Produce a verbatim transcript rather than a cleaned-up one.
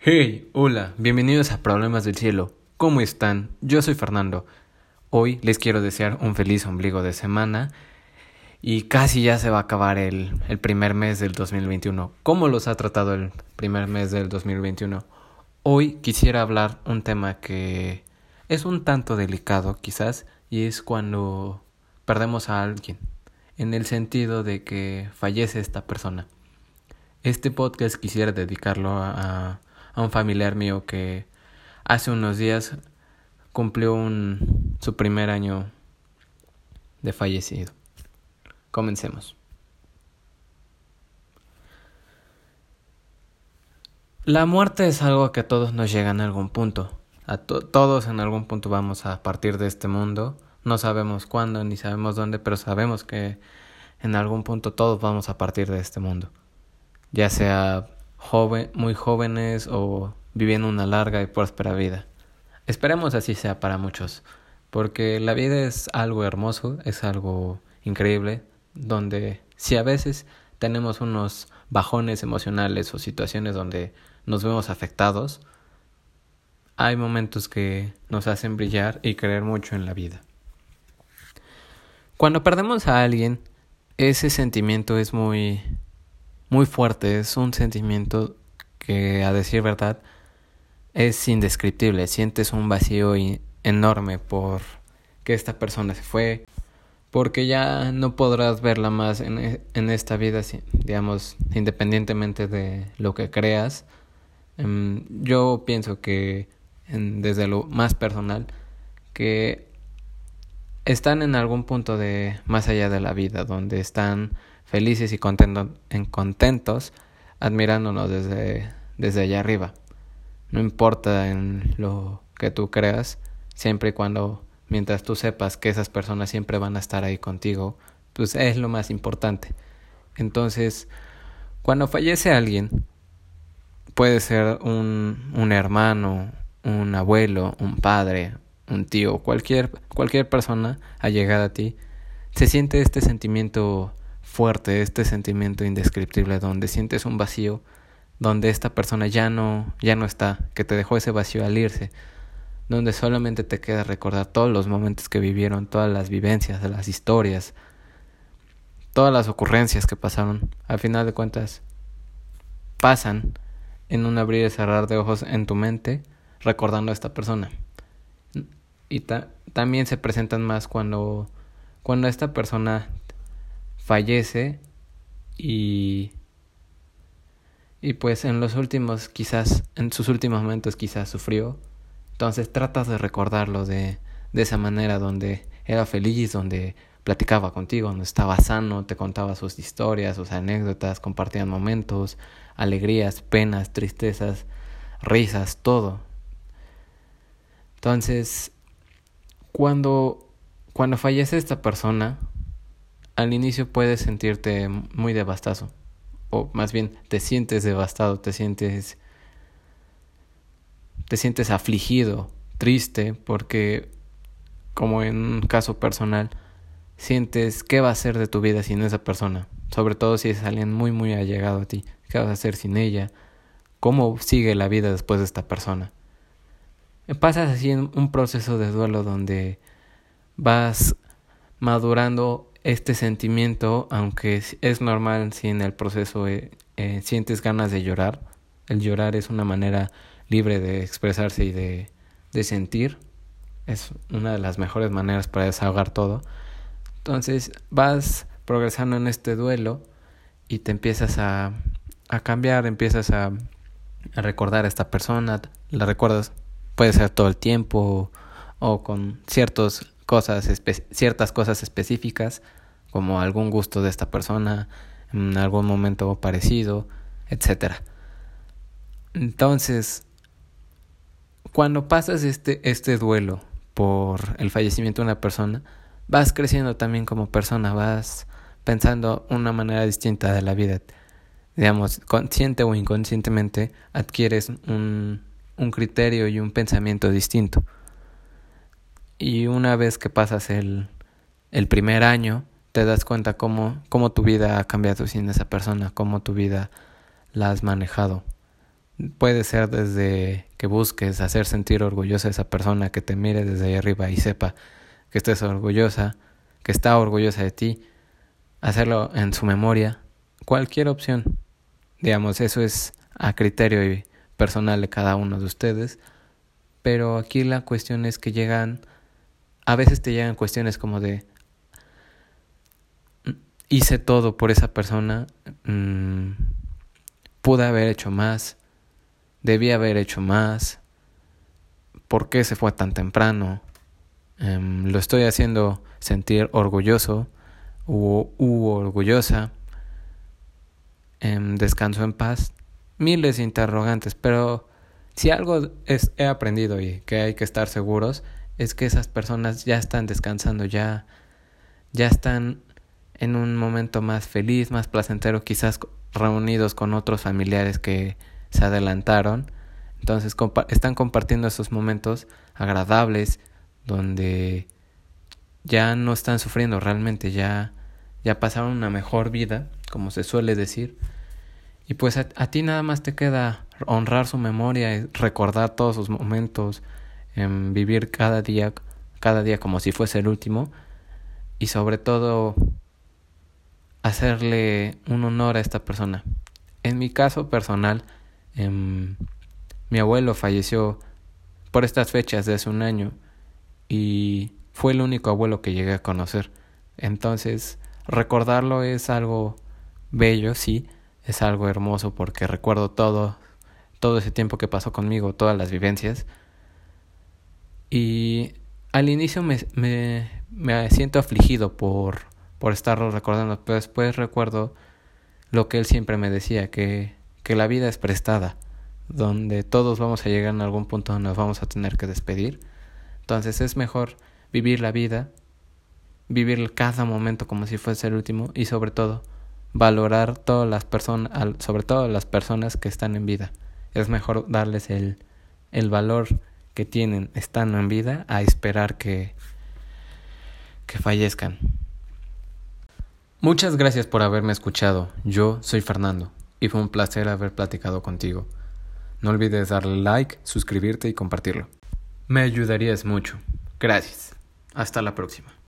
Hey, hola, bienvenidos a Problemas del Cielo. ¿Cómo están? Yo soy Fernando. Hoy les quiero desear un feliz ombligo de semana y casi ya se va a acabar el, el primer mes del dos mil veintiuno. ¿Cómo los ha tratado el primer mes del dos mil veintiuno? Hoy quisiera hablar un tema que es un tanto delicado quizás y es cuando perdemos a alguien, en el sentido de que fallece esta persona. Este podcast quisiera dedicarlo a, a un familiar mío que hace unos días cumplió un, su primer año de fallecido. Comencemos. La muerte es algo que a todos nos llega en algún punto. A to- todos en algún punto vamos a partir de este mundo. No sabemos cuándo ni sabemos dónde, pero sabemos que en algún punto todos vamos a partir de este mundo. Ya sea joven, muy jóvenes o viviendo una larga y próspera vida. Esperemos así sea para muchos, porque la vida es algo hermoso, es algo increíble, donde si a veces tenemos unos bajones emocionales o situaciones donde nos vemos afectados, hay momentos que nos hacen brillar y creer mucho en la vida. Cuando perdemos a alguien, ese sentimiento es muy muy fuerte, es un sentimiento que, a decir verdad, es indescriptible. Sientes un vacío enorme por que esta persona se fue, porque ya no podrás verla más en, en esta vida, digamos, independientemente de lo que creas. Um, yo pienso que, en, desde lo más personal, que están en algún punto de más allá de la vida, donde están felices y contentos, en contentos admirándonos desde, desde allá arriba. No importa en lo que tú creas, siempre y cuando, mientras tú sepas que esas personas siempre van a estar ahí contigo, pues es lo más importante. Entonces, cuando fallece alguien, puede ser un, un hermano, un abuelo, un padre, un tío, cualquier, cualquier persona allegada a ti, se siente este sentimiento fuerte, este sentimiento indescriptible, donde sientes un vacío, donde esta persona ya no, ya no está, que te dejó ese vacío al irse, donde solamente te queda recordar todos los momentos que vivieron, todas las vivencias, las historias, todas las ocurrencias que pasaron. Al final de cuentas, pasan en un abrir y cerrar de ojos en tu mente, recordando a esta persona. Y ta- también se presentan más cuando, cuando esta persona fallece y y pues en los últimos quizás en sus últimos momentos quizás sufrió, entonces tratas de recordarlo de de esa manera, donde era feliz, donde platicaba contigo, donde estaba sano, te contaba sus historias, sus anécdotas, compartían momentos, alegrías, penas, tristezas, risas, todo. Entonces, cuando cuando fallece esta persona, al inicio puedes sentirte muy devastado, o más bien te sientes devastado, te sientes te sientes afligido, triste, porque como en un caso personal, sientes qué va a ser de tu vida sin esa persona, sobre todo si es alguien muy muy allegado a ti, qué vas a hacer sin ella, cómo sigue la vida después de esta persona. Pasas así en un proceso de duelo donde vas madurando este sentimiento, aunque es normal si en el proceso eh, eh, sientes ganas de llorar. El llorar es una manera libre de expresarse y de, de sentir. Es una de las mejores maneras para desahogar todo. Entonces vas progresando en este duelo y te empiezas a, a cambiar, empiezas a, a recordar a esta persona. La recuerdas, puede ser todo el tiempo o, o con ciertos cosas espe- ciertas cosas específicas, como algún gusto de esta persona en algún momento parecido, etcétera. Entonces, cuando pasas este este duelo por el fallecimiento de una persona, vas creciendo también como persona, vas pensando una manera distinta de la vida. Digamos, consciente o inconscientemente adquieres un un criterio y un pensamiento distinto. Y una vez que pasas el, el primer año, te das cuenta cómo, cómo tu vida ha cambiado sin esa persona, cómo tu vida la has manejado. Puede ser desde que busques hacer sentir orgullosa a esa persona, que te mire desde ahí arriba y sepa que estés orgullosa, que está orgullosa de ti, hacerlo en su memoria, cualquier opción. Digamos, eso es a criterio y personal de cada uno de ustedes, pero aquí la cuestión es que llegan, a veces te llegan cuestiones como de, hice todo por esa persona, mmm, pude haber hecho más, debí haber hecho más, ¿por qué se fue tan temprano? Um, lo estoy haciendo sentir orgulloso u, u orgullosa, um, descanso en paz, miles de interrogantes, pero si algo es, he aprendido y que hay que estar seguros es que esas personas ya están descansando, ya, ya están en un momento más feliz, más placentero, quizás reunidos con otros familiares que se adelantaron. Entonces compa- están compartiendo esos momentos agradables donde ya no están sufriendo realmente, ya, ya pasaron una mejor vida, como se suele decir. Y pues a, a ti nada más te queda honrar su memoria, recordar todos sus momentos, eh, vivir cada día, cada día como si fuese el último, y sobre todo hacerle un honor a esta persona. En mi caso personal, eh, mi abuelo falleció por estas fechas de hace un año y fue el único abuelo que llegué a conocer. Entonces, recordarlo es algo bello, sí, es algo hermoso porque recuerdo todo, todo ese tiempo que pasó conmigo, todas las vivencias. Y al inicio me, me, me siento afligido por, por estarlo recordando, pero después recuerdo lo que él siempre me decía, que, que la vida es prestada, donde todos vamos a llegar en algún punto donde nos vamos a tener que despedir. Entonces es mejor vivir la vida, vivir cada momento como si fuese el último y sobre todo valorar todas las personas, sobre todo las personas que están en vida. Es mejor darles el, el valor que tienen estando en vida a esperar que, que fallezcan. Muchas gracias por haberme escuchado. Yo soy Fernando y fue un placer haber platicado contigo. No olvides darle like, suscribirte y compartirlo. Me ayudarías mucho. Gracias. Hasta la próxima.